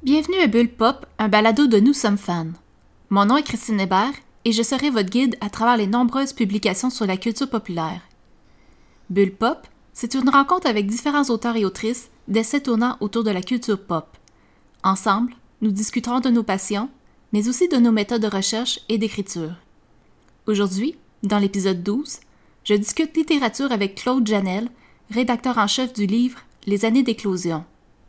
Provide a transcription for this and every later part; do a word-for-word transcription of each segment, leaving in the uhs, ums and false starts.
Bienvenue à Bulle Pop, un balado de Nous sommes fans. Mon nom est Christine Hébert et je serai votre guide à travers les nombreuses publications sur la culture populaire. Bulle Pop, c'est une rencontre avec différents auteurs et autrices d'essais tournant autour de la culture pop. Ensemble, nous discuterons de nos passions, mais aussi de nos méthodes de recherche et d'écriture. Aujourd'hui, dans l'épisode douze, je discute littérature avec Claude Janel, rédacteur en chef du livre Les années d'éclosion.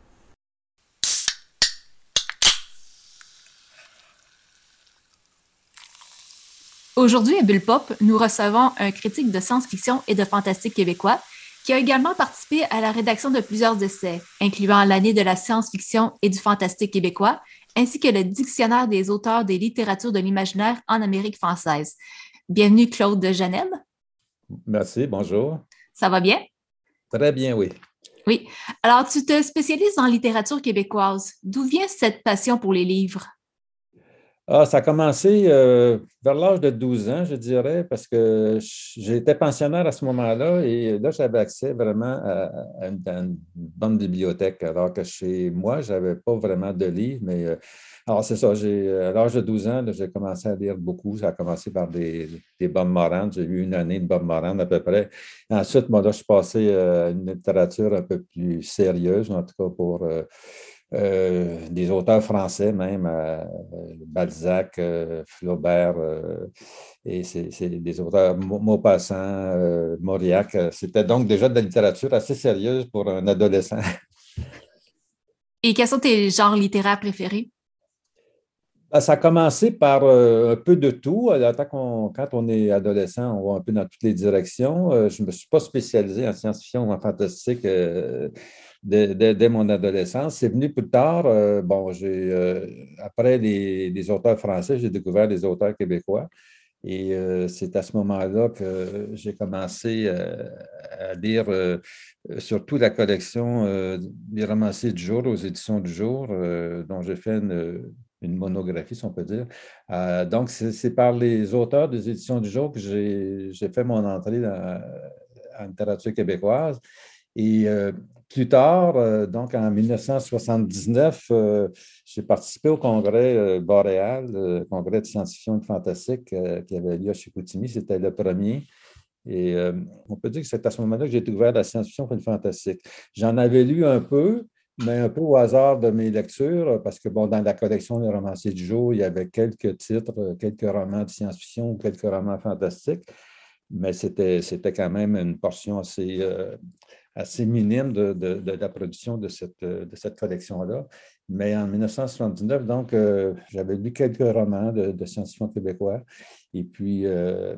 Aujourd'hui, à Bulle Pop, nous recevons un critique de science-fiction et de fantastique québécois qui a également participé à la rédaction de plusieurs essais, incluant l'année de la science-fiction et du fantastique québécois, ainsi que le dictionnaire des auteurs des littératures de l'imaginaire en Amérique française. Bienvenue, Claude Janel. Merci, bonjour. Ça va bien? Très bien, oui. Oui. Alors, tu te spécialises en littérature québécoise. D'où vient cette passion pour les livres? Ah, ça a commencé euh, vers l'âge de douze ans, je dirais, parce que j'étais pensionnaire à ce moment-là et là, j'avais accès vraiment à, à, une, à une bonne bibliothèque, alors que chez moi, je n'avais pas vraiment de livres. Mais euh, alors, c'est ça, j'ai, à l'âge de douze ans, là, j'ai commencé à lire beaucoup. Ça a commencé par des, des Bob Moran. J'ai eu une année de Bob Moran à peu près. Ensuite, moi, là, je suis passé à une littérature un peu plus sérieuse, en tout cas pour. Euh, Euh, des auteurs français même, euh, Balzac, euh, Flaubert, euh, et c'est, c'est des auteurs Maupassant, euh, Mauriac. C'était donc déjà de la littérature assez sérieuse pour un adolescent. Et quels sont tes genres littéraires préférés? Ça a commencé par euh, un peu de tout. qu'on, quand on est adolescent, on va un peu dans toutes les directions. Euh, je ne me suis pas spécialisé en science-fiction ou en fantastique euh, dès, dès, dès, mon adolescence. C'est venu plus tard. Euh, bon, j'ai, euh, après les, les auteurs français, j'ai découvert les auteurs québécois. Et euh, c'est à ce moment-là que j'ai commencé euh, à lire euh, surtout la collection euh, des romanciers du jour aux éditions du jour, euh, dont j'ai fait une, une monographie, si on peut dire. Euh, donc, c'est, c'est par les auteurs des éditions du jour que j'ai, j'ai fait mon entrée dans, en littérature québécoise. Et euh, plus tard, euh, donc en mille neuf cent soixante-dix-neuf, euh, j'ai participé au congrès euh, boréal, le congrès de science-fiction et de fantastique euh, qui avait lieu à Chicoutimi. C'était le premier. Et euh, on peut dire que c'est à ce moment-là que j'ai découvert la science-fiction et le fantastique. J'en avais lu un peu, mais un peu au hasard de mes lectures, parce que bon, dans la collection des romanciers du jour, il y avait quelques titres, quelques romans de science-fiction ou quelques romans fantastiques, mais c'était, c'était quand même une portion assez, euh, assez minime de, de, de, la production de cette, de cette collection-là. Mais en mille neuf cent soixante-dix-neuf, donc, euh, j'avais lu quelques romans de, de science-fiction québécois. Et puis, euh,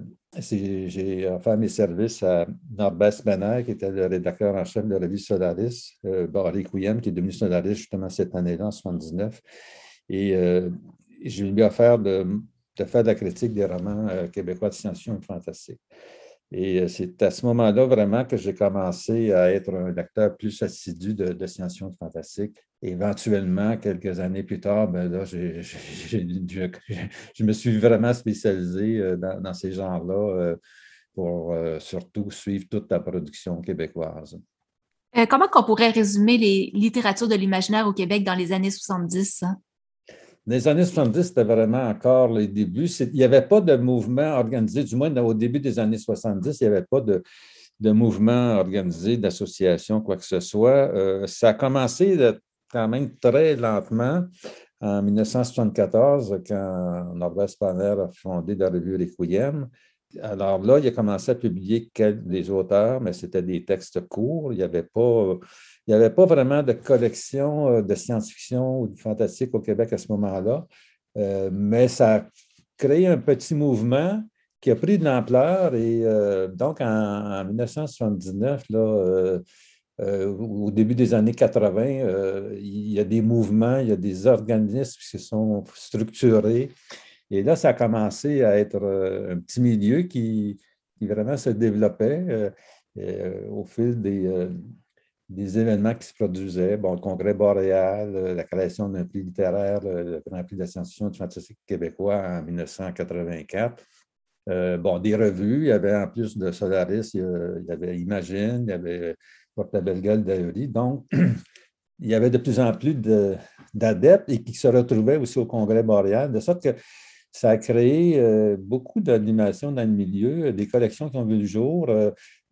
j'ai offert mes services à Norbert Spenner, qui était le rédacteur en chef de la revue Solaris, euh, Barry Couillem, qui est devenu Solaris justement cette année-là, en soixante-dix-neuf. Et euh, je lui ai offert de, de faire de la critique des romans euh, québécois de science-fiction et de fantastique. Et c'est à ce moment-là vraiment que j'ai commencé à être un lecteur plus assidu de, de science-fiction et de fantastique. Et éventuellement, quelques années plus tard, ben là, j'ai, j'ai, je, je me suis vraiment spécialisé dans, dans ces genres-là pour euh, surtout suivre toute la production québécoise. Euh, comment on pourrait résumer les littératures de l'imaginaire au Québec dans les années soixante-dix? Hein? Dans les années soixante-dix, c'était vraiment encore les débuts. Il n'y avait pas de mouvement organisé, du moins au début des années soixante-dix, il n'y avait pas de, de mouvement organisé, d'association, quoi que ce soit. Euh, ça a commencé de, quand même très lentement en mille neuf cent soixante-quatorze, quand Norbert Spanner a fondé la revue Requiem. Alors là, il a commencé à publier quelques, des auteurs, mais c'était des textes courts. Il n'y avait pas... Il n'y avait pas vraiment de collection de science-fiction ou de fantastique au Québec à ce moment-là, euh, mais ça a créé un petit mouvement qui a pris de l'ampleur et euh, donc en, en mille neuf cent soixante-dix-neuf, là, euh, euh, au début des années quatre-vingt, euh, il y a des mouvements, il y a des organismes qui se sont structurés et là, ça a commencé à être un petit milieu qui, qui vraiment se développait euh, euh, au fil des... Euh, des événements qui se produisaient. Bon, le Congrès boréal, la création d'un prix littéraire, le Grand Prix de la science-fiction et du fantastique québécois en mille neuf cent quatre-vingt-quatre. Euh, bon, des revues, il y avait en plus de Solaris, il y avait Imagine, il y avait Porte-la-Belle-Gueule d'Aérie. Donc, il y avait de plus en plus de, d'adeptes et qui se retrouvaient aussi au Congrès boréal, de sorte que ça a créé euh, beaucoup d'animations dans le milieu, des collections qui ont vu le jour. Euh,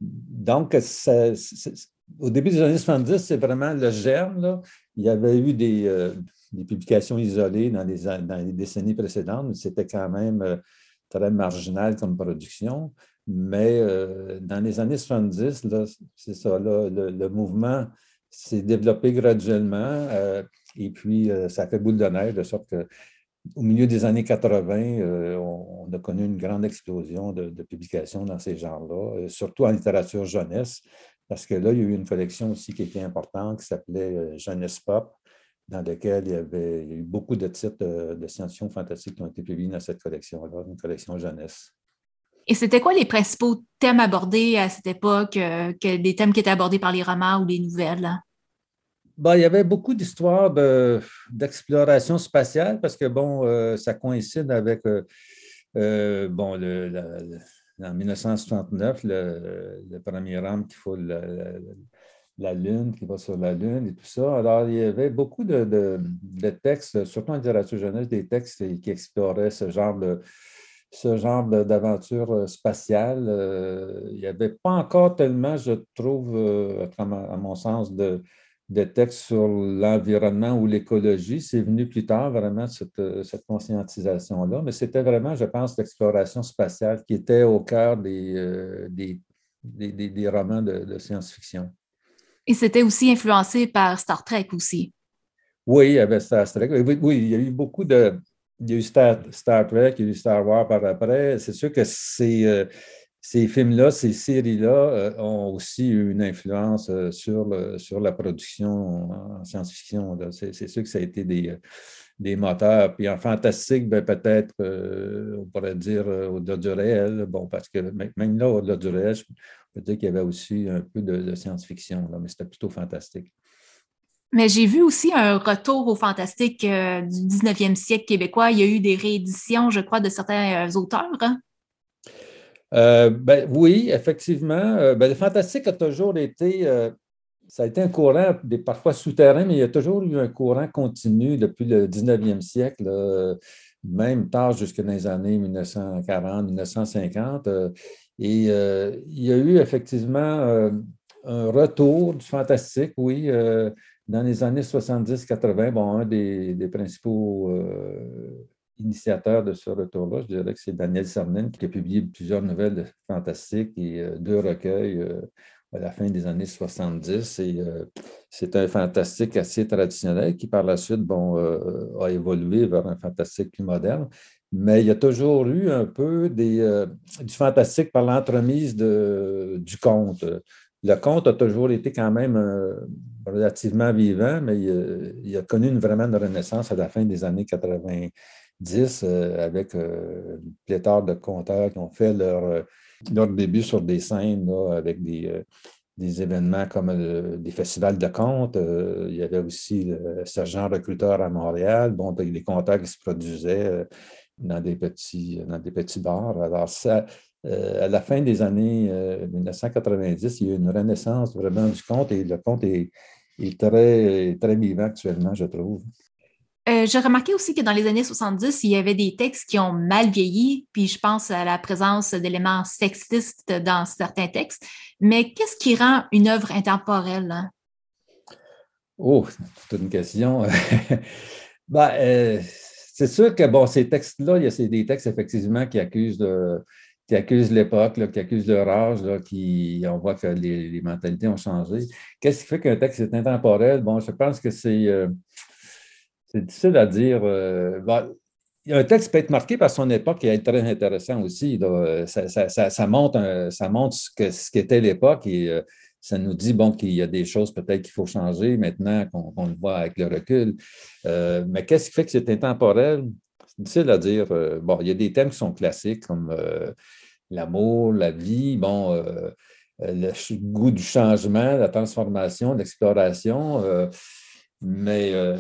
donc, ça, c'est, au début des années soixante-dix, c'est vraiment le germe, là. Il y avait eu des, euh, des publications isolées dans les, dans les décennies précédentes, mais c'était quand même euh, très marginal comme production. Mais euh, dans les années soixante-dix, là, c'est ça, là, le, le mouvement s'est développé graduellement euh, et puis euh, ça a fait boule de neige, de sorte que au milieu des années quatre-vingt, euh, on, on a connu une grande explosion de, de publications dans ces genres-là, euh, surtout en littérature jeunesse, parce que là, il y a eu une collection aussi qui était importante qui s'appelait euh, Jeunesse Pop, dans laquelle il y avait il y a eu beaucoup de titres euh, de science-fiction fantastique qui ont été publiés dans cette collection-là, une collection jeunesse. Et c'était quoi les principaux thèmes abordés à cette époque, euh, que des thèmes qui étaient abordés par les romans ou les nouvelles, là? Ben, il y avait beaucoup d'histoires de, d'exploration spatiale parce que, bon, euh, ça coïncide avec, euh, euh, bon, le, la- le- en mille neuf cent soixante-neuf, le, le premier homme qui fout la, la- la Lune, qui va sur la Lune et tout ça. Alors, il y avait beaucoup de, de- de textes, surtout en littérature jeunesse, des textes qui exploraient ce genre de, ce genre de- d'aventure spatiale. Euh, il n'y avait pas encore tellement, je trouve, euh, à mon à mon sens, de de textes sur l'environnement ou l'écologie. C'est venu plus tard, vraiment, cette, cette conscientisation-là. Mais c'était vraiment, je pense, l'exploration spatiale qui était au cœur des, euh, des, des, des, des romans de, de science-fiction. Et c'était aussi influencé par Star Trek aussi. Oui, il y avait Star Trek. Oui, oui, il y a eu beaucoup de. Il y a eu Star, Star Trek, il y a eu Star Wars par après. C'est sûr que c'est. Euh, ces films-là, ces séries-là euh, ont aussi eu une influence euh, sur, le, sur la production en science-fiction. C'est, c'est sûr que ça a été des, des moteurs. Puis en fantastique, ben, peut-être, euh, on pourrait dire euh, au-delà du réel. Bon, parce que même là, au-delà du réel, je peux dire qu'il y avait aussi un peu de, de science-fiction, là, mais c'était plutôt fantastique. Mais j'ai vu aussi un retour au fantastique euh, du dix-neuvième siècle québécois. Il y a eu des rééditions, je crois, de certains euh, auteurs, hein? Euh, ben, oui, effectivement. Euh, ben, le fantastique a toujours été, euh, ça a été un courant, des, parfois souterrain, mais il y a toujours eu un courant continu depuis le dix-neuvième siècle, là, même tard jusque dans les années mille neuf cent quarante, mille neuf cent cinquante. Euh, et euh, il y a eu effectivement euh, un retour du fantastique, oui, euh, dans les années soixante-dix quatre-vingt. Bon, un des, des principaux euh, initiateur de ce retour-là, je dirais que c'est Daniel Sarnen qui a publié plusieurs nouvelles fantastiques et euh, deux recueils euh, à la fin des années soixante-dix. Et euh, c'est un fantastique assez traditionnel qui, par la suite, bon, euh, a évolué vers un fantastique plus moderne. Mais il y a toujours eu un peu des, euh, du fantastique par l'entremise de, du conte. Le conte a toujours été quand même euh, relativement vivant, mais il, il, a connu une, vraiment une renaissance à la fin des années quatre-vingt-dix euh, avec euh, une pléthore de conteurs qui ont fait leur, euh, leur début sur des scènes là, avec des, euh, des événements comme euh, des festivals de contes. Euh, il y avait aussi le Sergent Recruteur à Montréal, bon, des conteurs qui se produisaient euh, dans, des petits, dans des petits bars. Alors, ça, euh, à la fin des années euh, mille neuf cent quatre-vingt-dix, il y a eu une renaissance vraiment du conte et le conte est, est très, très vivant actuellement, je trouve. Euh, j'ai remarqué aussi que dans les années soixante-dix, il y avait des textes qui ont mal vieilli, puis je pense à la présence d'éléments sexistes dans certains textes. Mais qu'est-ce qui rend une œuvre intemporelle, hein? Oh, c'est une question. ben, euh, c'est sûr que bon, ces textes-là, il y a c'est des textes effectivement qui accusent de, qui accusent l'époque, là, qui accusent leur âge, là, qui, on voit que les, les mentalités ont changé. Qu'est-ce qui fait qu'un texte est intemporel? Bon, je pense que c'est euh, c'est difficile à dire. Euh, ben, un texte peut être marqué par son époque et être très intéressant aussi. Là. Ça, ça, ça, ça, montre un, ça montre ce que, ce qu'était l'époque et euh, ça nous dit bon, qu'il y a des choses peut-être qu'il faut changer maintenant qu'on, qu'on le voit avec le recul. Euh, mais qu'est-ce qui fait que c'est intemporel? C'est difficile à dire. Euh, bon, il y a des thèmes qui sont classiques comme euh, l'amour, la vie, bon, euh, le goût du changement, la transformation, l'exploration. Euh, mais euh,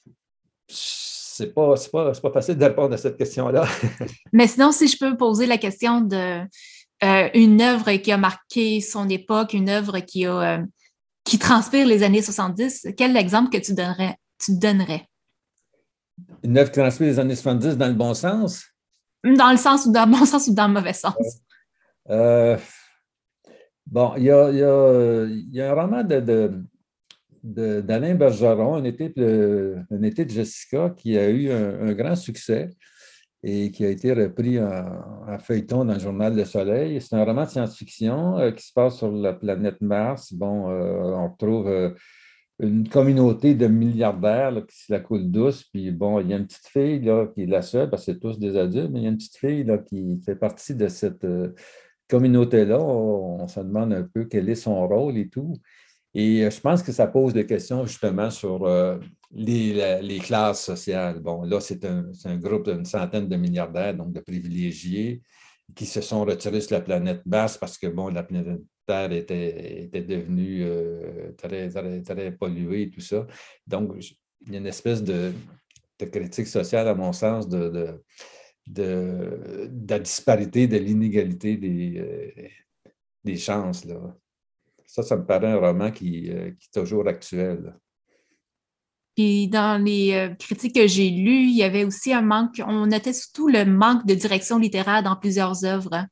c'est pas, c'est pas, c'est pas facile de répondre à cette question-là. Mais sinon, si je peux poser la question de euh, une œuvre qui a marqué son époque, une œuvre qui a, euh, qui transpire les années soixante-dix, quel exemple que tu donnerais? Tu donnerais? Une œuvre qui transpire les années soixante-dix dans le bon sens? Dans le sens ou dans le bon sens ou dans le mauvais sens? Euh, bon, il y a, il y a, il y a un roman de, de, de- d'Alain Bergeron, un été, de, un été de Jessica, qui a eu un, un grand succès et qui a été repris en, en feuilleton dans le Journal Le Soleil. C'est un roman de science-fiction euh, qui se passe sur la planète Mars. Bon, euh, on retrouve euh, une communauté de milliardaires là, qui se la coule douce. Puis bon, il y a une petite fille là, qui est la seule, parce que c'est tous des adultes, mais il y a une petite fille là, qui fait partie de cette euh, communauté-là. On, on se demande un peu quel est son rôle et tout. Et euh, je pense que ça pose des questions justement sur euh, les, la- les classes sociales. Bon, là, c'est un, c'est un groupe d'une centaine de milliardaires, donc de privilégiés, qui se sont retirés sur la planète basse parce que, bon, la planète Terre était, était devenue euh, très, très, très polluée et tout ça. Donc, je- il y a une espèce de, de critique sociale, à mon sens, de, de, de- de la disparité, de l'inégalité des, euh, des chances, là. Ça, ça me paraît un roman qui, euh, qui est toujours actuel. Puis dans les euh, critiques que j'ai lues, il y avait aussi un manque, on notait surtout le manque de direction littéraire dans plusieurs œuvres.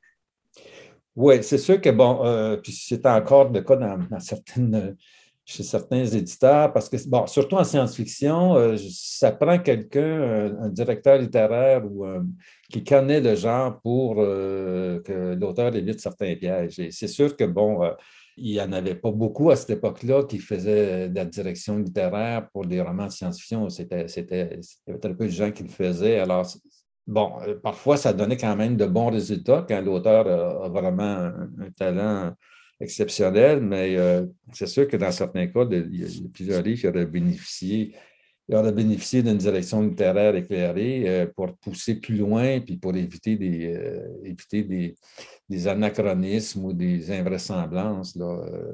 Oui, c'est sûr que, bon, euh, puis c'est encore le cas dans, dans certaines, chez certains éditeurs, parce que, bon, surtout en science-fiction, euh, ça prend quelqu'un, un, un directeur littéraire ou un- qui connaît le genre pour euh, que l'auteur évite certains pièges. Et c'est sûr que, bon, euh, il n'y en avait pas beaucoup à cette époque-là qui faisaient de la direction littéraire pour des romans de science-fiction. C'était, c'était, il y avait très peu de gens qui le faisaient. Alors, bon, euh, parfois, ça donnait quand même de bons résultats quand l'auteur a, a vraiment un, un talent exceptionnel, mais euh, c'est sûr que dans certains cas, de- il y a il y a plusieurs livres qui auraient bénéficié, il aurait bénéficié d'une direction littéraire éclairée euh, pour pousser plus loin, puis pour éviter des, euh, éviter des, des anachronismes ou des invraisemblances, là. Euh,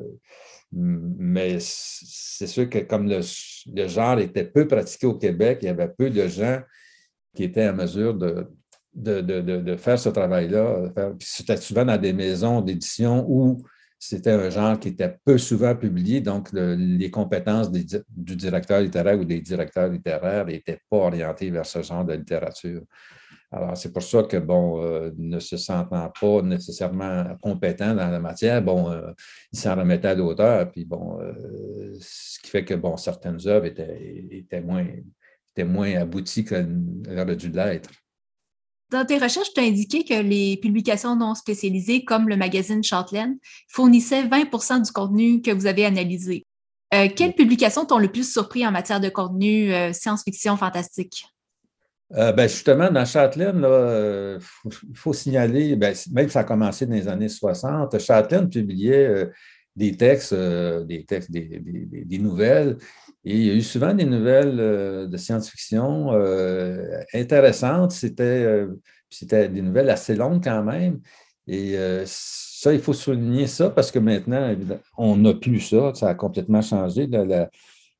mais c'est sûr que comme le, le genre était peu pratiqué au Québec, il y avait peu de gens qui étaient en mesure de, de, de, de, de faire ce travail-là. Faire, puis c'était souvent dans des maisons d'édition où c'était un genre qui était peu souvent publié, donc le, les compétences des, du directeur littéraire ou des directeurs littéraires n'étaient pas orientées vers ce genre de littérature. Alors, c'est pour ça que, bon, euh, ne se sentant pas nécessairement compétent dans la matière, bon, euh, il s'en remettait à l'auteur, puis bon, euh, ce qui fait que, bon, certaines œuvres étaient, étaient moins, étaient moins abouties qu'elles auraient dû l'être. Dans tes recherches, tu as indiqué que les publications non spécialisées, comme le magazine Châtelaine, fournissaient vingt pour cent du contenu que vous avez analysé. Euh, quelles publications t'ont le plus surpris en matière de contenu euh, science-fiction fantastique? Euh, ben justement, dans Châtelaine, il euh, faut, faut, signaler, ben, même si ça a commencé dans les années soixante, Châtelaine publiait euh, des textes, euh, des textes, des, des, des, nouvelles. Et il y a eu souvent des nouvelles euh, de science-fiction euh, intéressantes. C'était, euh, c'était des nouvelles assez longues quand même. Et euh, ça, il faut souligner ça parce que maintenant, on n'a plus ça. Ça a complètement changé. La, la,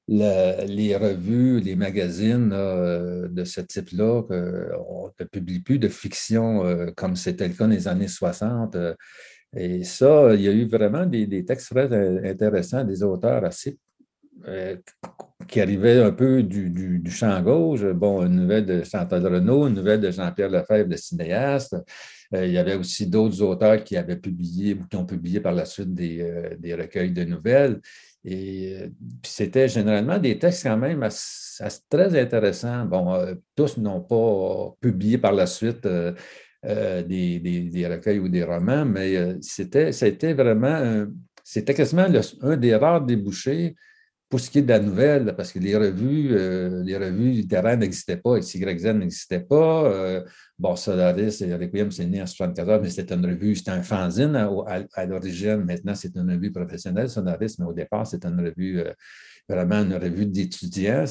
la- les revues, les magazines euh, de ce type-là, euh, on ne publie plus de fiction euh, comme c'était le cas dans les années soixante. euh, et ça, il y a eu vraiment des, des textes très euh, intéressants, des auteurs assez euh, qui arrivaient un peu du, du, du champ gauche. Bon, une nouvelle de Chantal Renaud, une nouvelle de Jean-Pierre Lefebvre, le cinéaste. Euh, il y avait aussi d'autres auteurs qui avaient publié ou qui ont publié par la suite des, euh, des recueils de nouvelles. Et euh, c'était généralement des textes quand même assez, assez très intéressants. Bon, euh, tous n'ont pas publié par la suite euh, euh, des, des, des, recueils ou des romans, mais euh, c'était, c'était vraiment, un, c'était quasiment le, un des rares débouchés pour ce qui est de la nouvelle, parce que les revues, euh, les revues littéraires n'existaient pas, et Y Z n'existait pas. Euh, bon, Solaris et Requiem, c'est né en soixante-quatorze, mais c'était une revue, c'était un fanzine à, à, à l'origine. Maintenant, c'est une revue professionnelle, Solaris, mais au départ, c'était une revue, euh, vraiment une revue d'étudiants.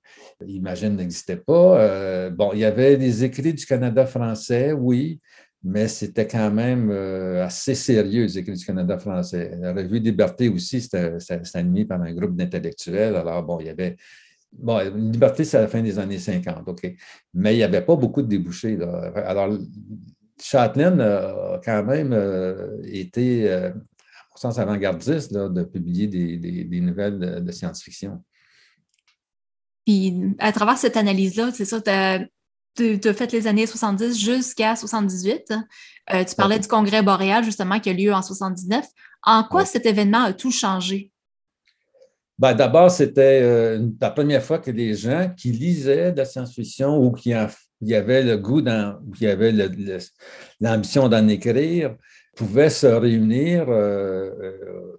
Imagine n'existait pas. Euh, bon, il y avait des écrits du Canada français, oui, mais c'était quand même euh, assez sérieux, les écrits du Canada français. La revue Liberté aussi, c'était animé par un groupe d'intellectuels. Alors, bon, il y avait. Bon, Liberté, c'est à la fin des années cinquante, OK. Mais il n'y avait pas beaucoup de débouchés, là. Alors, Châtelaine a quand même euh, été, euh, à mon sens avant-gardiste là, de publier des, des, des nouvelles de, de science-fiction. Puis, à travers cette analyse-là, c'est ça, tu as fait les années soixante-dix jusqu'à soixante-dix-huit. Euh, tu parlais Ouais, du Congrès boréal, justement, qui a lieu en soixante-dix-neuf. En quoi ouais. cet événement a tout changé? Ben, d'abord, c'était euh, la première fois que les gens qui lisaient de la science-fiction ou qui en- qui avaient le goût, d'en- ou qui avaient le- le- l'ambition d'en écrire, pouvaient se réunir euh, euh,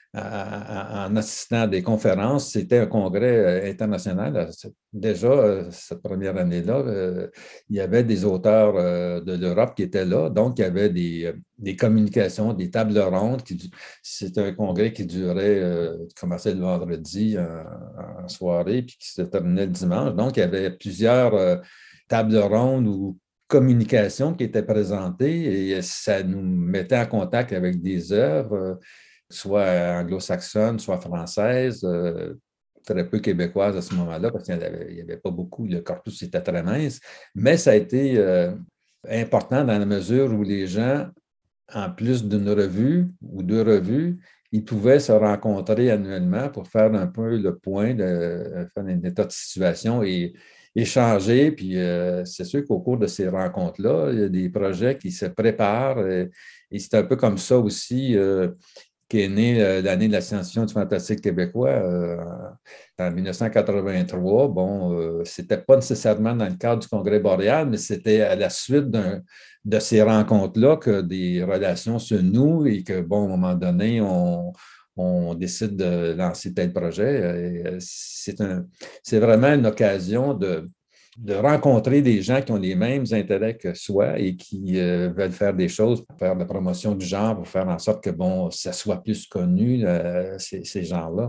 à- à- en assistant à des conférences. C'était un congrès euh, international. Déjà, euh, cette première année-là, euh, il y avait des auteurs euh, de l'Europe qui étaient là. Donc, il y avait des, euh, des communications, des tables rondes. Qui, c'était un congrès qui durait, euh, qui commençait le vendredi en, en soirée, puis qui se terminait le dimanche. Donc, il y avait plusieurs euh, tables rondes ou communications qui étaient présentées et ça nous mettait en contact avec des œuvres, euh, soit anglo-saxonnes, soit françaises, euh, très peu québécoises à ce moment-là, parce qu'il n'y avait, avait, pas beaucoup, le corpus était très mince, mais ça a été euh, important dans la mesure où les gens, en plus d'une revue ou deux revues, ils pouvaient se rencontrer annuellement pour faire un peu le point, de, faire un état de situation et échanger. Puis euh, c'est sûr qu'au cours de ces rencontres-là, il y a des projets qui se préparent. Et, et c'est un peu comme ça aussi euh, qu'est née euh, l'année de la science-fiction du fantastique québécois euh, en mille neuf cent quatre-vingt-trois. Bon, euh, c'était pas nécessairement dans le cadre du Congrès boréal, mais c'était à la suite d'un, de ces rencontres-là que des relations se nouent et que, bon, à un moment donné, on, on décide de lancer tel projet. Et, euh, c'est un, c'est vraiment une occasion de de rencontrer des gens qui ont les mêmes intérêts que soi et qui euh, veulent faire des choses pour faire de la promotion du genre, pour faire en sorte que, bon, ça soit plus connu, euh, ces, ces gens-là.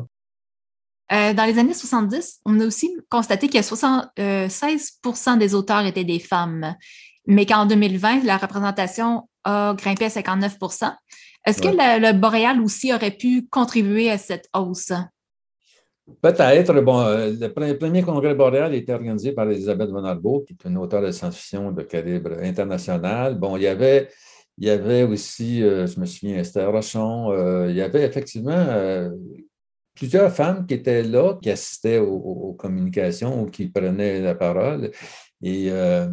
Euh, dans les années soixante-dix, on a aussi constaté que soixante-seize pour cent des auteurs étaient des femmes, mais qu'en deux mille vingt, la représentation a grimpé à cinquante-neuf pour cent. Est-ce que Ouais. le, le boréal aussi aurait pu contribuer à cette hausse? Peut-être, bon, euh, le premier congrès boréal était organisé par Elisabeth von Arbour, qui est une auteure de science-fiction de calibre international. Bon, il y avait, il y avait aussi, euh, je me souviens, Esther Rochon, euh, il y avait effectivement euh, plusieurs femmes qui étaient là, qui assistaient aux, aux communications ou qui prenaient la parole. Et euh,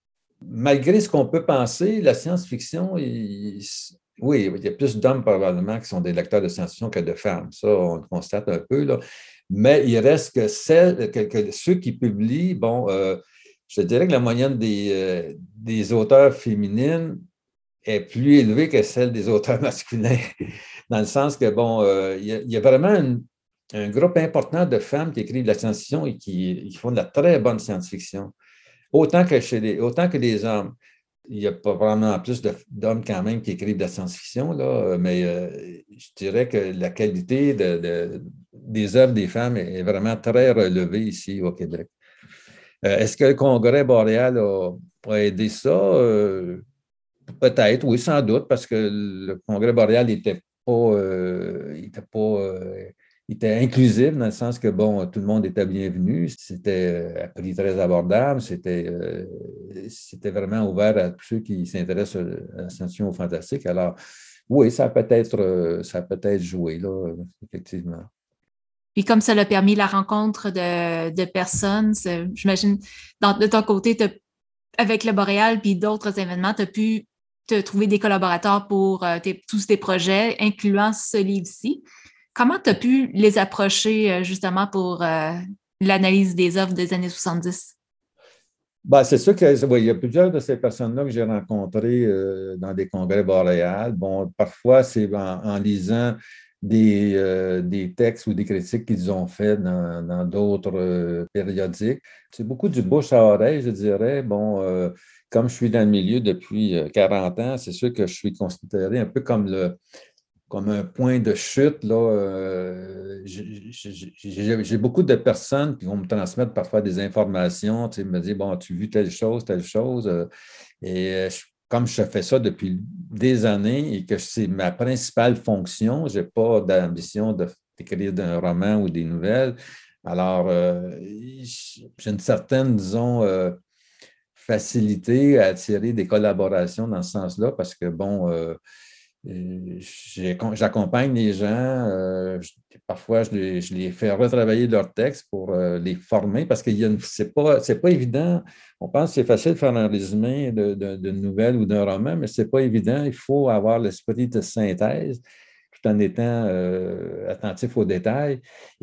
malgré ce qu'on peut penser, la science-fiction, il, oui, il y a plus d'hommes probablement qui sont des lecteurs de science-fiction que de femmes. Ça, on le constate un peu, là. Mais il reste que, celles, que, que ceux qui publient, bon, euh, je dirais que la moyenne des, euh, des auteurs féminines est plus élevée que celle des auteurs masculins, dans le sens que, bon, euh, il, y a, il y a vraiment une, un groupe important de femmes qui écrivent de la science-fiction et qui, qui font de la très bonne science-fiction, autant que chez les, autant que les hommes. Il y a pas vraiment plus de, d'hommes quand même qui écrivent de la science-fiction, là, mais euh, je dirais que la qualité de, de, des œuvres des femmes est vraiment très relevée ici au Québec. Euh, est-ce que le Congrès boréal a, a aidé ça? Euh, peut-être, oui, sans doute, parce que le Congrès boréal n'était pas, euh, il était pas euh, il était inclusif dans le sens que, bon, tout le monde était bienvenu. C'était euh, à prix très abordable. C'était, euh, c'était vraiment ouvert à tous ceux qui s'intéressent à la science-fiction fantastique. Alors, oui, ça peut être, euh, ça peut être joué, là, effectivement. Puis comme ça l'a permis la rencontre de, de personnes, j'imagine, dans, de ton côté, avec le Boréal puis d'autres événements, tu as pu te trouver des collaborateurs pour euh, tes, tous tes projets, incluant ce livre-ci. Comment tu as pu les approcher euh, justement pour euh, l'analyse des œuvres des années soixante-dix? Ben, c'est sûr qu'il ouais, y a plusieurs de ces personnes-là que j'ai rencontrées euh, dans des congrès boréals. Bon, parfois, c'est en, en lisant des, euh, des textes ou des critiques qu'ils ont fait dans, dans d'autres euh, périodiques. C'est beaucoup du bouche à oreille, je dirais. Bon, euh, comme je suis dans le milieu depuis euh, quarante ans, c'est sûr que je suis considéré un peu comme le, comme un point de chute. Là, euh, j'ai j'ai- j'ai beaucoup de personnes qui vont me transmettre parfois des informations, tu sais, me dire, bon, tu as vu telle chose, telle chose. euh, et euh, je- comme je fais ça depuis des années et que c'est ma principale fonction, je n'ai pas d'ambition de- d'écrire un roman ou des nouvelles. Alors, euh, j'ai une certaine, disons, euh, facilité à attirer des collaborations dans ce sens-là parce que, bon, euh, Et j'ai- j'accompagne les gens. Euh, je- parfois, je les, je les fais retravailler leurs textes pour euh, les former parce que ce n'est pas, c'est pas évident. On pense que c'est facile de faire un résumé de, de, de nouvelle ou d'un roman, mais ce n'est pas évident. Il faut avoir l'esprit de synthèse tout en étant euh, attentif aux détails.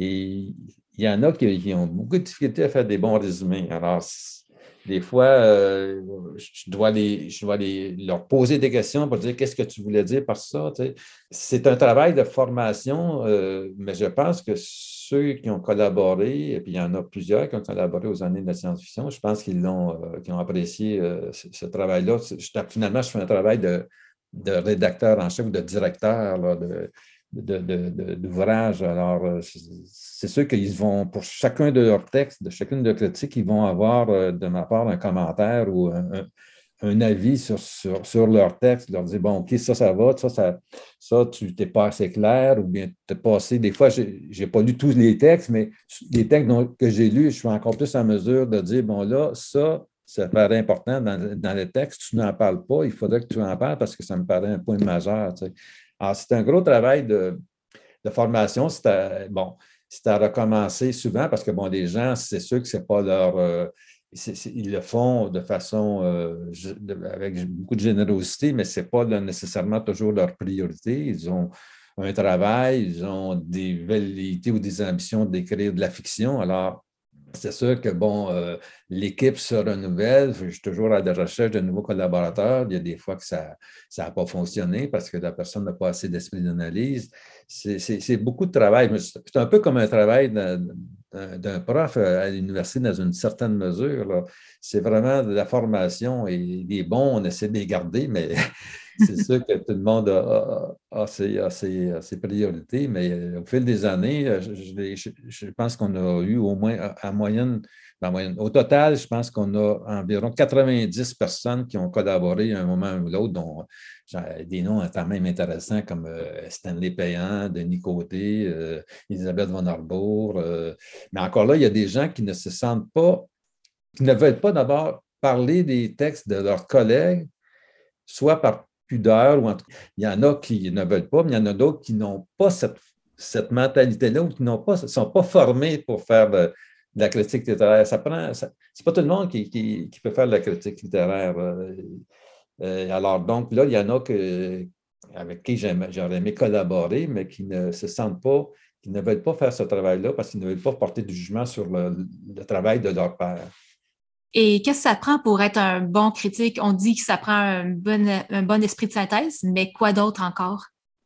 Et il y en a qui, qui ont beaucoup de difficultés à faire des bons résumés. Alors, des fois, euh, je dois, les, je dois les, leur poser des questions pour dire qu'est-ce que tu voulais dire par ça. Tu sais. C'est un travail de formation, euh, mais je pense que ceux qui ont collaboré, et puis il y en a plusieurs qui ont collaboré aux années de la science-fiction, je pense qu'ils l'ont, euh, qu'ils ont apprécié euh, ce, ce travail-là. Je- finalement, je fais un travail de, de rédacteur en chef ou de directeur là, de, de, de, de, d'ouvrage. Alors, euh, c'est sûr qu'ils vont, pour chacun de leurs textes, de chacune de leurs critiques, ils vont avoir euh, de ma part un commentaire ou un, un, un avis sur, sur, sur leur texte, leur dire, bon, OK, ça, ça va, ça, ça, ça tu n'es pas assez clair, ou bien tu es passé. Des fois, je n'ai pas lu tous les textes, mais les textes dont, que j'ai lus, je suis encore plus en mesure de dire, bon, là, ça, ça paraît important dans, dans le texte, tu n'en parles pas, il faudrait que tu en parles parce que ça me paraît un point majeur. Tu sais. Alors, c'est un gros travail de, de formation. C'est à, bon, c'est à recommencer souvent parce que, bon, les gens, c'est sûr que c'est pas leur. Euh, c'est, c'est, ils le font de façon euh, de, avec beaucoup de générosité, mais ce n'est pas là, nécessairement toujours leur priorité. Ils ont un travail, ils ont des velléités ou des ambitions d'écrire de la fiction. Alors, c'est sûr que, bon, euh, l'équipe se renouvelle. Je suis toujours à la recherche de nouveaux collaborateurs. Il y a des fois que ça n'a pas fonctionné parce que la personne n'a pas assez d'esprit d'analyse. C'est, c'est, c'est beaucoup de travail. C'est un peu comme un travail d'un, d'un prof à l'université dans une certaine mesure. Là. C'est vraiment de la formation et les bons, on essaie de les garder, mais c'est sûr que tout le monde a, a, a, ses, a, ses, a ses, priorités, mais au fil des années, je, je, je pense qu'on a eu au moins, à moyenne, en moyenne, au total, je pense qu'on a environ quatre-vingt-dix personnes qui ont collaboré à un moment ou l'autre, dont des noms quand même intéressants comme euh, Stanley Payan, Denis Côté, euh, Elisabeth Von Arbour. Euh, mais encore là, il y a des gens qui ne se sentent pas, qui ne veulent pas d'abord parler des textes de leurs collègues, soit par pudeur ou entre... Il y en a qui ne veulent pas, mais il y en a d'autres qui n'ont pas cette, cette mentalité-là ou qui ne sont pas formés pour faire de, de la critique littéraire. Ça prend, ça, c'est pas tout le monde qui, qui, qui, peut faire de la critique littéraire. Euh, alors, donc, là, il y en a que, avec qui j'aurais aimé collaborer, mais qui ne se sentent pas, qui ne veulent pas faire ce travail-là parce qu'ils ne veulent pas porter du jugement sur le, le travail de leur père. Et qu'est-ce que ça prend pour être un bon critique? On dit que ça prend un bon, un bon esprit de synthèse, mais quoi d'autre encore?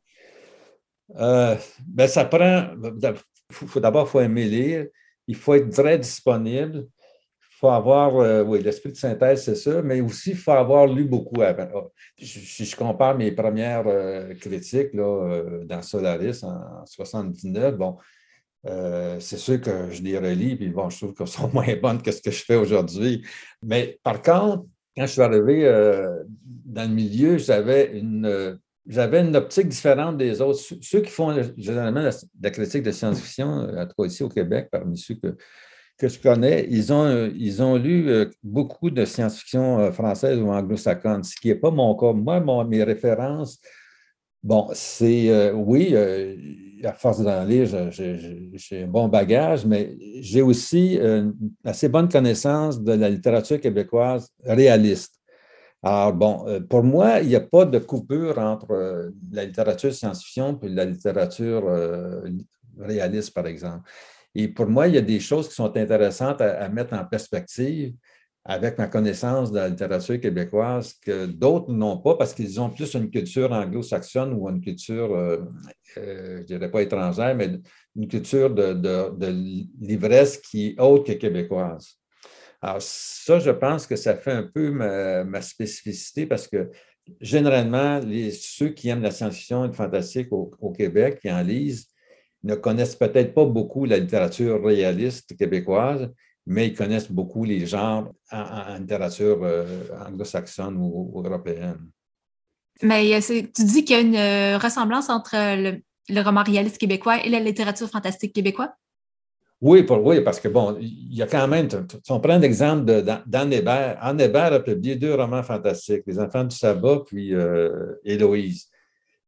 Euh, ben, ça prend. Faut, faut, d'abord, il faut aimer lire. Il faut être très disponible. Il faut avoir, euh, oui, l'esprit de synthèse, c'est ça, mais aussi, il faut avoir lu beaucoup avant. Si je compare mes premières euh, critiques là, euh, dans Solaris en soixante-dix-neuf, bon, euh, c'est sûr que je les relis, puis bon, je trouve qu'elles sont moins bonnes que ce que je fais aujourd'hui. Mais par contre, quand je suis arrivé euh, dans le milieu, j'avais une, j'avais une optique différente des autres. Ceux qui font généralement la, la critique de science-fiction, en tout cas ici au Québec, parmi ceux que, que je connais, ils ont, ils ont lu beaucoup de science-fiction française ou anglo-saxonne, ce qui n'est pas mon cas. Moi, mon, mes références, bon, c'est euh, oui, euh, à force d'en lire, j'ai un bon bagage, mais j'ai aussi une assez bonne connaissance de la littérature québécoise réaliste. Alors, bon, euh, pour moi, il n'y a pas de coupure entre euh, la littérature science-fiction et la littérature euh, réaliste, par exemple. Et pour moi, il y a des choses qui sont intéressantes à, à mettre en perspective avec ma connaissance de la littérature québécoise que d'autres n'ont pas parce qu'ils ont plus une culture anglo-saxonne ou une culture, euh, euh, je ne dirais pas étrangère, mais une culture de, de, de l'ivresse qui est autre que québécoise. Alors, ça, je pense que ça fait un peu ma, ma spécificité parce que généralement, les, ceux qui aiment la science-fiction et le fantastique au, au Québec, qui en lisent, ne connaissent peut-être pas beaucoup la littérature réaliste québécoise, mais ils connaissent beaucoup les genres en, en, en littérature euh, anglo-saxonne ou, ou européenne. Mais tu dis qu'il y a une ressemblance entre le, le roman réaliste québécois et la littérature fantastique québécoise? Oui, pour, oui, parce que bon, il y a quand même, si on prend l'exemple d'Anne Hébert, Anne Hébert a publié deux romans fantastiques, Les Enfants du sabbat puis euh, Héloïse.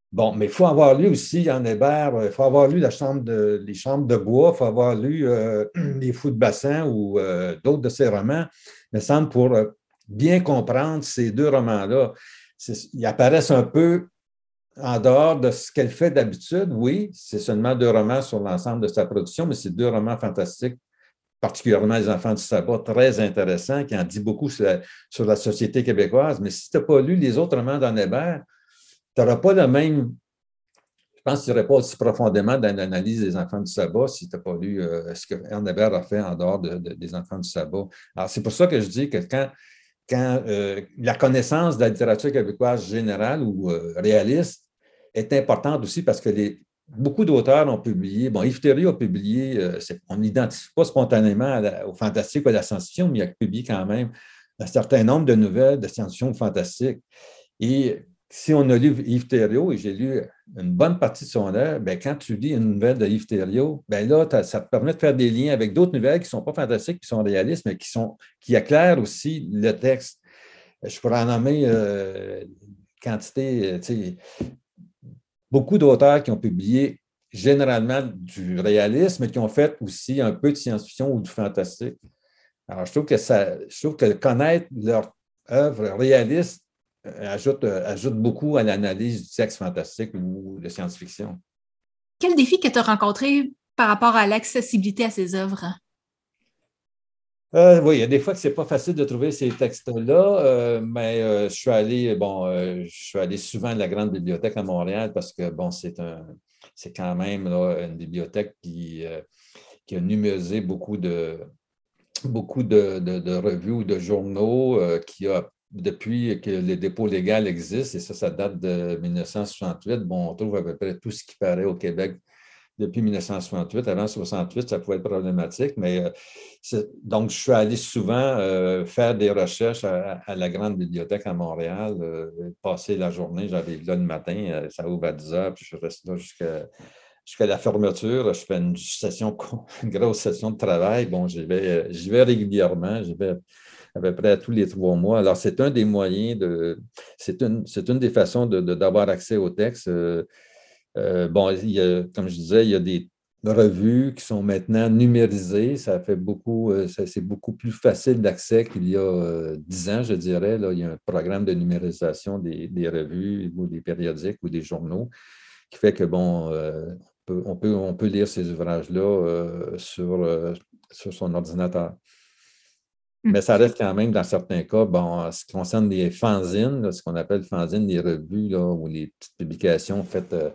Bon, mais il faut avoir lu aussi Yann Hébert, il faut avoir lu la chambre de, les Chambres de bois, il faut avoir lu euh, Les Fous de Bassin ou euh, d'autres de ses romans, il me semble, pour euh, bien comprendre ces deux romans-là. Ils apparaissent un peu en dehors de ce qu'elle fait d'habitude. Oui, c'est seulement deux romans sur l'ensemble de sa production, mais c'est deux romans fantastiques, particulièrement Les Enfants du Sabbat, très intéressants, qui en dit beaucoup sur la, sur la société québécoise. Mais si tu n'as pas lu les autres romans d'Anne Hébert, tu n'auras pas le même. Je pense que tu n'irais pas aussi profondément dans l'analyse des Enfants du Sabbat si tu n'as pas lu euh, ce que Anne Hébert a fait en dehors de, de, des Enfants du Sabbat. Alors, c'est pour ça que je dis que quand, quand euh, la connaissance de la littérature québécoise générale ou euh, réaliste est importante aussi parce que les, beaucoup d'auteurs ont publié. Bon, Yves Thériault a publié, euh, on n'identifie pas spontanément la, au fantastique ou à la science-fiction, mais il a publié quand même un certain nombre de nouvelles de science-fiction ou fantastique. Et si on a lu Yves Thériault, et j'ai lu une bonne partie de son œuvre, ben, quand tu lis une nouvelle de Yves Thériault, ben là, ça te permet de faire des liens avec d'autres nouvelles qui ne sont pas fantastiques, qui sont réalistes, mais qui, sont, qui éclairent aussi le texte. Je pourrais en nommer euh, quantité, tu sais, beaucoup d'auteurs qui ont publié généralement du réalisme, mais qui ont fait aussi un peu de science-fiction ou du fantastique. Alors, je trouve que ça, je trouve que connaître leur œuvre réaliste euh, ajoute, euh, ajoute beaucoup à l'analyse du texte fantastique ou de science-fiction. Quel défi que tu as rencontré par rapport à l'accessibilité à ces œuvres? Euh, oui, il y a des fois que c'est pas facile de trouver ces textes-là, euh, mais euh, je suis allé, bon, euh, je suis allé souvent à la Grande Bibliothèque à Montréal parce que, bon, c'est un, c'est quand même là, une bibliothèque qui, euh, qui a numérisé beaucoup de, beaucoup de, de, de revues ou de journaux, euh, qui a, depuis que les dépôts légaux existent, et ça, ça date de mille neuf cent soixante-huit, bon, on trouve à peu près tout ce qui paraît au Québec depuis mille neuf cent soixante-huit. Avant soixante-huit, ça pouvait être problématique, mais euh, donc je suis allé souvent euh, faire des recherches à, à, la Grande Bibliothèque à Montréal, euh, passer la journée, j'arrive là le matin, euh, ça ouvre à dix heures, puis je reste là jusqu'à jusqu'à la fermeture. Je fais une session, une grosse session de travail. Bon, j'y vais, j'y vais régulièrement, j'y vais à peu près tous les trois mois. Alors, c'est un des moyens de, c'est une, c'est une des façons de, de, d'avoir accès au texte. Euh, euh, bon, il y a, comme je disais, il y a des revues qui sont maintenant numérisées. Ça fait beaucoup, euh, ça, c'est beaucoup plus facile d'accès qu'il y a euh, dix ans, je dirais. Là, il y a un programme de numérisation des, des revues ou des périodiques ou des journaux qui fait que, bon, euh, on, peut, on, peut, on peut lire ces ouvrages-là euh, sur, euh, sur son ordinateur. Mais ça reste quand même, dans certains cas, bon, en ce qui concerne les fanzines, là, ce qu'on appelle fanzines, les revues là, ou les petites publications faites euh,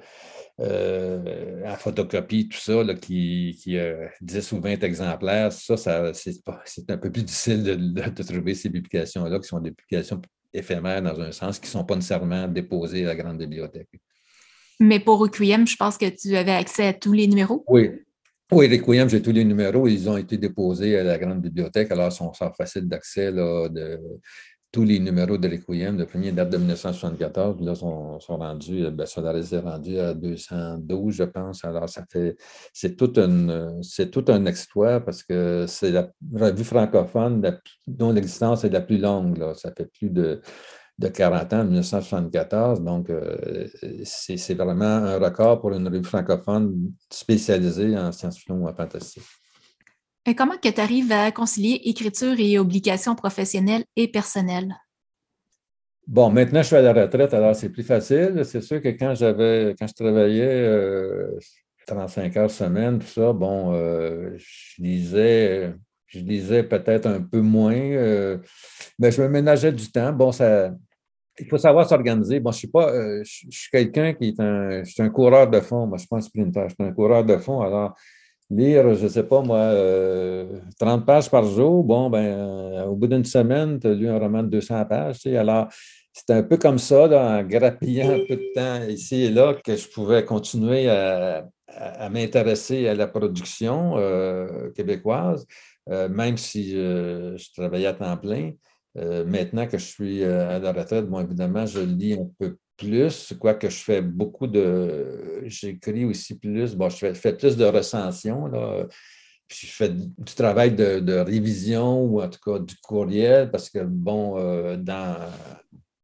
euh, à photocopie, tout ça, là, qui, qui a dix ou vingt exemplaires, ça, ça c'est, c'est un peu plus difficile de, de, de trouver ces publications-là, qui sont des publications éphémères dans un sens, qui ne sont pas nécessairement déposées à la grande bibliothèque. Mais pour Requiem, je pense que tu avais accès à tous les numéros. Oui. Oui, Requiem, j'ai tous les numéros. Ils ont été déposés à la grande bibliothèque, alors ils sont, sont faciles d'accès là, de tous les numéros de Requiem. Le premier date de mille neuf cent soixante-quatorze, puis là, sont, sont rendus, ben, Solaris est rendu à deux cent douze, je pense. Alors, ça fait, c'est tout, une, c'est tout un exploit parce que c'est la revue francophone la, dont l'existence est la plus longue. Là. Ça fait plus de, de quarante ans, mille neuf cent soixante-quatorze. Donc, euh, c'est, c'est vraiment un record pour une revue francophone spécialisée en science-fiction ou en fantastique. Et comment que tu arrives à concilier écriture et obligations professionnelles et personnelles? Bon, maintenant, je suis à la retraite, alors c'est plus facile. C'est sûr que quand j'avais, quand je travaillais euh, trente-cinq heures semaine, tout ça, bon, euh, je lisais, je lisais peut-être un peu moins, euh, mais je me ménageais du temps. Bon, ça, il faut savoir s'organiser. Bon, je suis pas, euh, je, je suis quelqu'un qui est un, je suis un coureur de fond. Moi, je suis pas un sprinter, je suis un coureur de fond. Alors, lire, je ne sais pas moi, euh, trente pages par jour, bon, ben, euh, au bout d'une semaine, tu as lu un roman de deux cents pages. Tu sais, alors, c'était un peu comme ça, là, en grappillant un peu de temps ici et là, que je pouvais continuer à, à, à m'intéresser à la production euh, québécoise, euh, même si euh, je travaillais à temps plein. Euh, maintenant que je suis euh, à la retraite, bon, évidemment, je lis un peu plus, quoique je fais beaucoup de. J'écris aussi plus. Bon, je fais, je fais plus de recensions, là. Puis je fais du travail de, de révision ou en tout cas du courriel parce que, bon, euh, dans,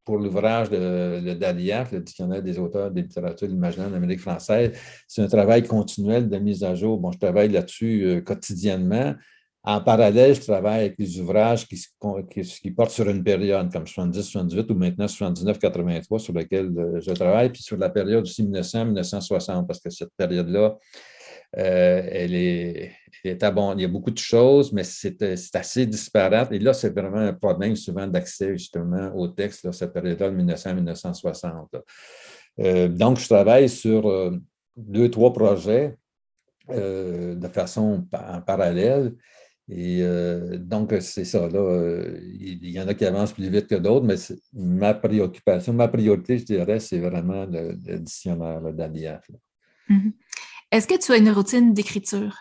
pour l'ouvrage de le DALIAF, le Dictionnaire des auteurs des littératures de l'imaginaire en Amérique française. C'est un travail continuel de mise à jour. Bon, je travaille là-dessus euh, quotidiennement. En parallèle, je travaille avec des ouvrages qui, qui, qui portent sur une période, comme soixante-dix soixante-dix ou maintenant soixante-dix-neuf quatre-vingt-trois, sur lesquels euh, je travaille, puis sur la période aussi mille neuf cents à mille neuf cent soixante, parce que cette période-là, euh, elle est, elle est abond... il y a beaucoup de choses, mais c'est, c'est assez disparate. Et là, c'est vraiment un problème souvent d'accès justement au texte, là, cette période-là, de mille neuf cents à mille neuf cent soixante. Euh, donc, je travaille sur euh, deux, trois projets euh, de façon en parallèle. Et euh, donc, c'est ça. Là, euh, il y en a qui avancent plus vite que d'autres, mais ma préoccupation, ma priorité, je dirais, c'est vraiment le, le dictionnaire d'Aliaf. Mm-hmm. Est-ce que tu as une routine d'écriture?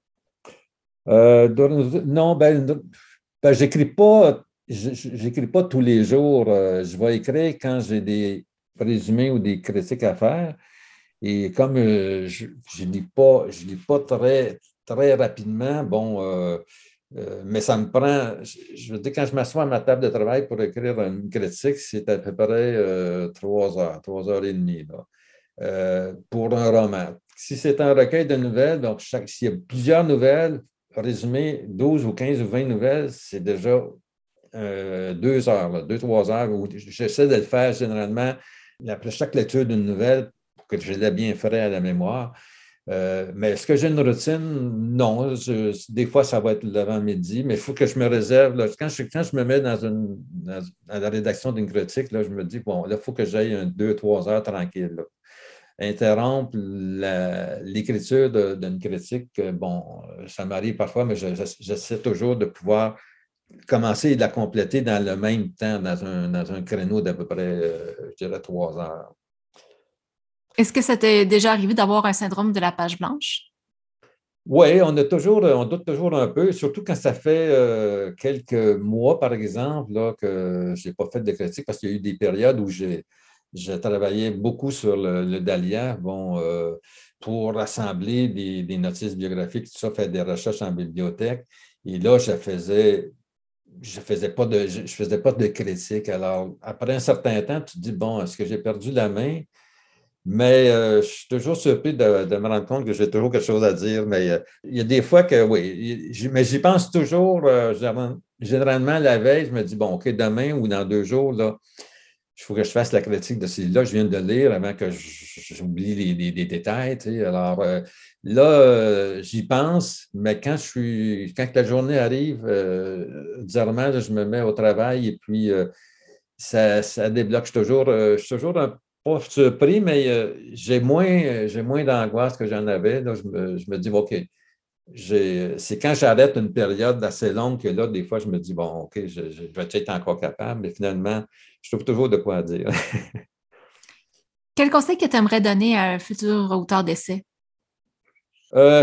Euh, non, ben, ben j'écris pas, j'écris pas tous les jours. Je vais écrire quand j'ai des résumés ou des critiques à faire. Et comme euh, je ne lis pas, je lis pas très, très rapidement, bon, euh, euh, mais ça me prend, je, je veux dire, quand je m'assois à ma table de travail pour écrire une critique, c'est à peu près euh, trois heures, trois heures et demie, là, euh, pour un roman. Si c'est un recueil de nouvelles, donc chaque, s'il y a plusieurs nouvelles, résumé douze ou quinze ou vingt nouvelles, c'est déjà euh, deux heures, là, deux, trois heures, où j'essaie de le faire généralement après chaque lecture d'une nouvelle pour que je l'ai bien frais à la mémoire. Euh, mais est-ce que j'ai une routine? Non. Je, des fois, ça va être l'avant-midi, mais il faut que je me réserve. Là, quand, je, quand je me mets dans, une, dans, dans la rédaction d'une critique, là, je me dis, bon, là, il faut que j'aille un, deux, trois heures tranquille. Là. Interrompre la, l'écriture de, d'une critique, bon, ça m'arrive parfois, mais je, j'essaie toujours de pouvoir commencer et de la compléter dans le même temps, dans un, dans un créneau d'à peu près, euh, je dirais, trois heures. Est-ce que ça t'est déjà arrivé d'avoir un syndrome de la page blanche? Oui, on a toujours, on doute toujours un peu, surtout quand ça fait euh, quelques mois, par exemple, là, que je n'ai pas fait de critique, parce qu'il y a eu des périodes où j'ai, j'ai travaillé beaucoup sur le, le Dahlia, bon, euh, pour rassembler des, des notices biographiques, tout ça, faire des recherches en bibliothèque. Et là, je faisais je faisais pas de, je, je faisais pas de critique. Alors, après un certain temps, tu te dis, bon, est-ce que j'ai perdu la main? Mais euh, je suis toujours surpris de, de, me rendre compte que j'ai toujours quelque chose à dire. Mais euh, il y a des fois que, oui, j- mais j'y pense toujours, euh, généralement, la veille, je me dis, bon, OK, demain ou dans deux jours, là, il faut que je fasse la critique de celui-là. Je viens de le lire avant que j'oublie les, les, les détails. Tu sais. Alors euh, là, euh, j'y pense, mais quand je suis, quand la journée arrive, euh, bizarrement, là, je me mets au travail et puis euh, ça, ça débloque. Je suis toujours, euh, je suis toujours un, pas surpris, mais euh, j'ai moins, j'ai moins d'angoisse que j'en avais. Là, je, me, je me dis, OK, j'ai, c'est quand j'arrête une période assez longue que là, des fois, je me dis, bon, OK, je, je vais être encore capable, mais finalement, je trouve toujours de quoi dire. Quel conseil que tu aimerais donner à un futur auteur d'essai? Euh,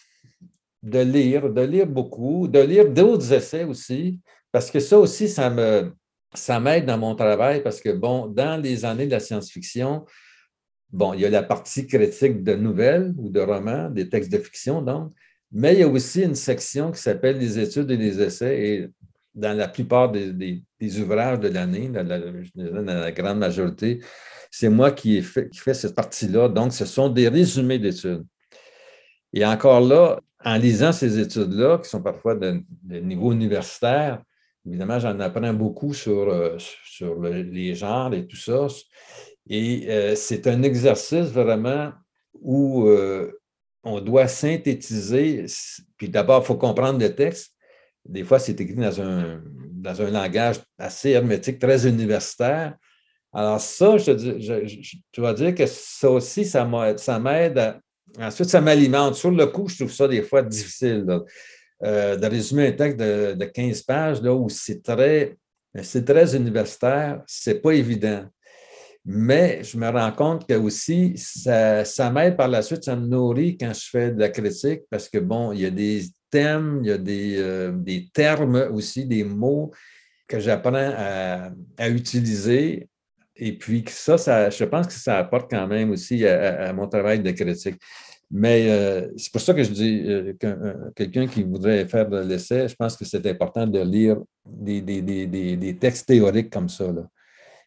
de lire, de lire beaucoup, de lire d'autres essais aussi, parce que ça aussi, ça me, ça m'aide dans mon travail, parce que, bon, dans les années de la science-fiction, bon, il y a la partie critique de nouvelles ou de romans, des textes de fiction, donc, mais il y a aussi une section qui s'appelle les études et les essais, et dans la plupart des, des, des ouvrages de l'année, dans la, dans la grande majorité, c'est moi qui ai fait, qui fait cette partie-là. Donc, ce sont des résumés d'études. Et encore là, en lisant ces études-là, qui sont parfois de, de niveau universitaire, évidemment, j'en apprends beaucoup sur, euh, sur le, les genres et tout ça. Et euh, c'est un exercice vraiment où euh, on doit synthétiser. Puis d'abord, il faut comprendre le texte. Des fois, c'est écrit dans un, dans un langage assez hermétique, très universitaire. Alors ça, je, je, je, je dois dire que ça aussi, ça m'aide à... Ensuite, ça m'alimente. Sur le coup, je trouve ça des fois difficile là, euh, de résumer un texte de, de quinze pages là, où c'est très, c'est très universitaire. C'est pas évident. Mais je me rends compte que aussi, ça, ça m'aide par la suite, ça me nourrit quand je fais de la critique parce que, bon, il y a des thèmes, il y a des, euh, des termes aussi, des mots que j'apprends à, à utiliser. Et puis ça, ça, je pense que ça apporte quand même aussi à, à mon travail de critique. Mais euh, c'est pour ça que je dis euh, que euh, quelqu'un qui voudrait faire de l'essai, je pense que c'est important de lire des, des, des, des, des textes théoriques comme ça, là.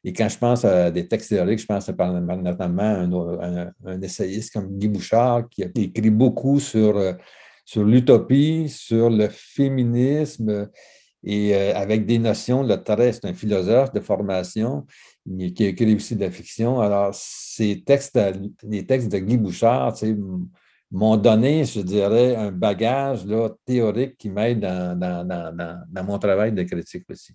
Et quand je pense à des textes théoriques, je pense à, par- notamment à un, un- un essayiste comme Guy Bouchard qui a écrit beaucoup sur, euh, sur l'utopie, sur le féminisme et euh, avec des notions, le très, c'est un philosophe de formation mais qui a écrit aussi de la fiction. Alors, ces textes, les textes de Guy Bouchard, tu sais, m'ont donné, je dirais, un bagage là, théorique qui m'aide dans, dans, dans, dans, dans mon travail de critique aussi.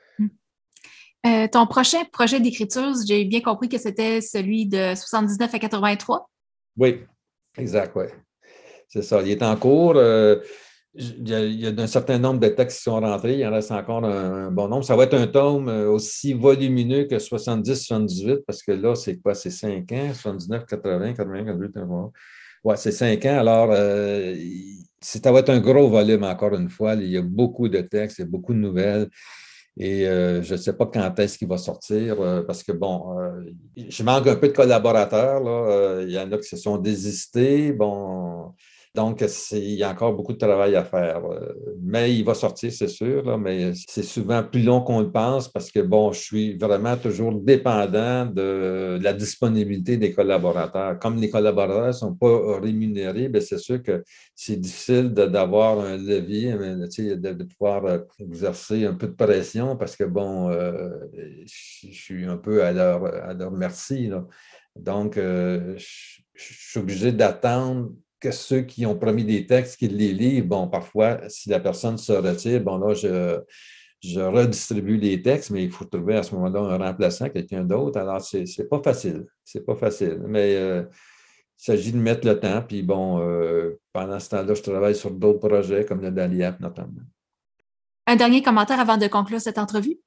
Euh, ton prochain projet d'écriture, j'ai bien compris que c'était celui de soixante-dix-neuf à quatre-vingt-trois. Oui, exact, oui. C'est ça. Il est en cours. Euh, il y a, il y a un certain nombre de textes qui sont rentrés. Il en reste encore un, un bon nombre. Ça va être un tome euh, aussi volumineux que soixante-dix soixante-dix-huit, parce que là, c'est quoi? C'est cinq ans, soixante-dix-neuf, quatre-vingts, quatre-vingts, quatre-vingt-huit. Ouais, c'est cinq ans. Alors, euh, ça va être un gros volume, encore une fois. Il y a beaucoup de textes, il y a beaucoup de nouvelles. Et euh, je ne sais pas quand est-ce qu'il va sortir, euh, parce que, bon, euh, je manque un peu de collaborateurs, là. Euh, il y en a qui se sont désistés. Bon, donc, il y a encore beaucoup de travail à faire. Euh, mais il va sortir, c'est sûr, là, mais c'est souvent plus long qu'on le pense parce que, bon, je suis vraiment toujours dépendant de la disponibilité des collaborateurs. Comme les collaborateurs ne sont pas rémunérés, bien, c'est sûr que c'est difficile de, d'avoir un levier, mais, de, de, pouvoir euh, exercer un peu de pression parce que, bon, euh, je, je suis un peu à leur, à leur merci, là. Donc, euh, je, je suis obligé d'attendre que ceux qui ont promis des textes, qu'ils les livrent. Bon, parfois, si la personne se retire, bon, là, je, je redistribue les textes, mais il faut trouver à ce moment-là un remplaçant, quelqu'un d'autre. Alors, c'est c'est pas facile. C'est pas facile. Mais euh, il s'agit de mettre le temps. Puis bon, euh, pendant ce temps-là, je travaille sur d'autres projets comme le Daliap notamment. Un dernier commentaire avant de conclure cette entrevue?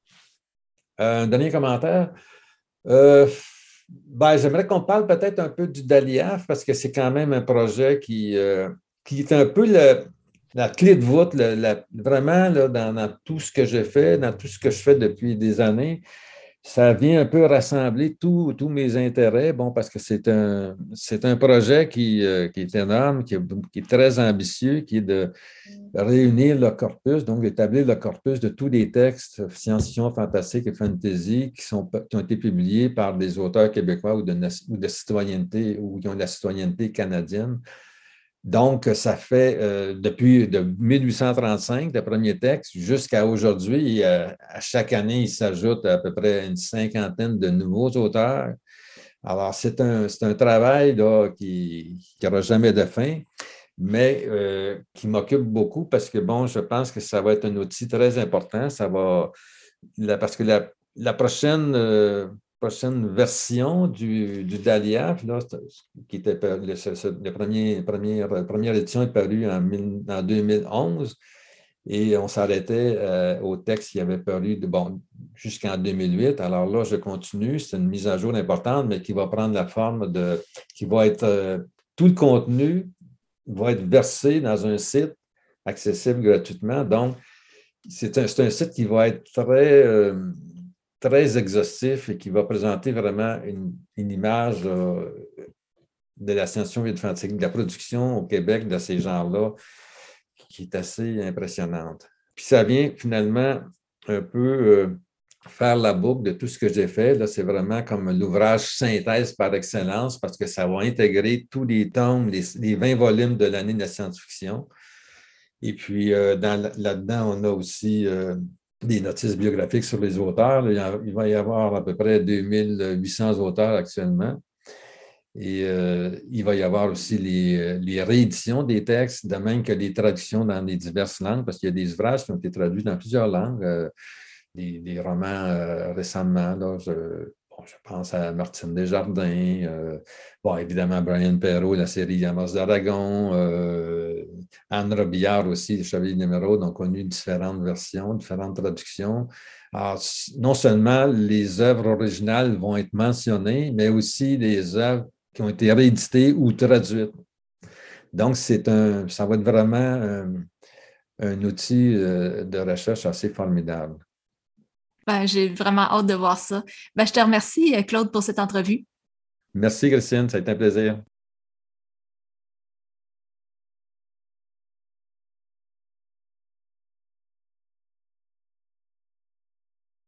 Euh, un dernier commentaire. Euh, ben, j'aimerais qu'on parle peut-être un peu du Daliaf parce que c'est quand même un projet qui, euh, qui est un peu le, la clé de voûte, le, la, vraiment là, dans, dans, tout ce que je fais, dans tout ce que je fais depuis des années. Ça vient un peu rassembler tous mes intérêts, bon, parce que c'est un, c'est un projet qui, euh, qui est énorme, qui est, qui est très ambitieux, qui est de réunir le corpus, donc d'établir le corpus de tous les textes science-fiction, fantastique et fantasy qui, sont, qui ont été publiés par des auteurs québécois ou de, ou de citoyenneté ou qui ont de la citoyenneté canadienne. Donc, ça fait euh, depuis de mille huit cent trente-cinq, le premier texte, jusqu'à aujourd'hui, euh, à chaque année, il s'ajoute à peu près une cinquantaine de nouveaux auteurs. Alors, c'est un, c'est un travail là, qui n'aura jamais de fin, mais euh, qui m'occupe beaucoup parce que, bon, je pense que ça va être un outil très important. Ça va, la, parce que la, la prochaine, euh, prochaine version du, du Daliaf, là, qui était le, le premier, première, première édition est parue en, en deux mille onze et on s'arrêtait euh, au texte qui avait paru de, bon, jusqu'en deux mille huit. Alors là, je continue. C'est une mise à jour importante, mais qui va prendre la forme de, qui va être, euh, tout le contenu va être versé dans un site accessible gratuitement. Donc, c'est un, un, site qui va être très, euh, très exhaustif et qui va présenter vraiment une, une image euh, de la science-fiction et de la production au Québec de ces genres-là qui est assez impressionnante. Puis ça vient finalement un peu euh, faire la boucle de tout ce que j'ai fait. Là, c'est vraiment comme l'ouvrage synthèse par excellence parce que ça va intégrer tous les tomes, les, les vingt volumes de l'année de la science-fiction. Et puis, euh, dans, là-dedans, on a aussi euh, des notices biographiques sur les auteurs. Il va y avoir à peu près deux mille huit cents auteurs actuellement. Et euh, il va y avoir aussi les, les, rééditions des textes, de même que les traductions dans les diverses langues, parce qu'il y a des ouvrages qui ont été traduits dans plusieurs langues, euh, des, des, romans euh, récemment. Là, je, bon, je pense à Martine Desjardins, euh, bon, évidemment Brian Perrault, la série Amos d'Aragon, euh, Anne Robillard aussi, les Chevaliers d'émeraude ont connu différentes versions, différentes traductions. Alors, non seulement les œuvres originales vont être mentionnées, mais aussi les œuvres qui ont été rééditées ou traduites. Donc, c'est un, ça va être vraiment un, un outil de recherche assez formidable. Ben, j'ai vraiment hâte de voir ça. Ben, je te remercie, Claude, pour cette entrevue. Merci, Christine. Ça a été un plaisir.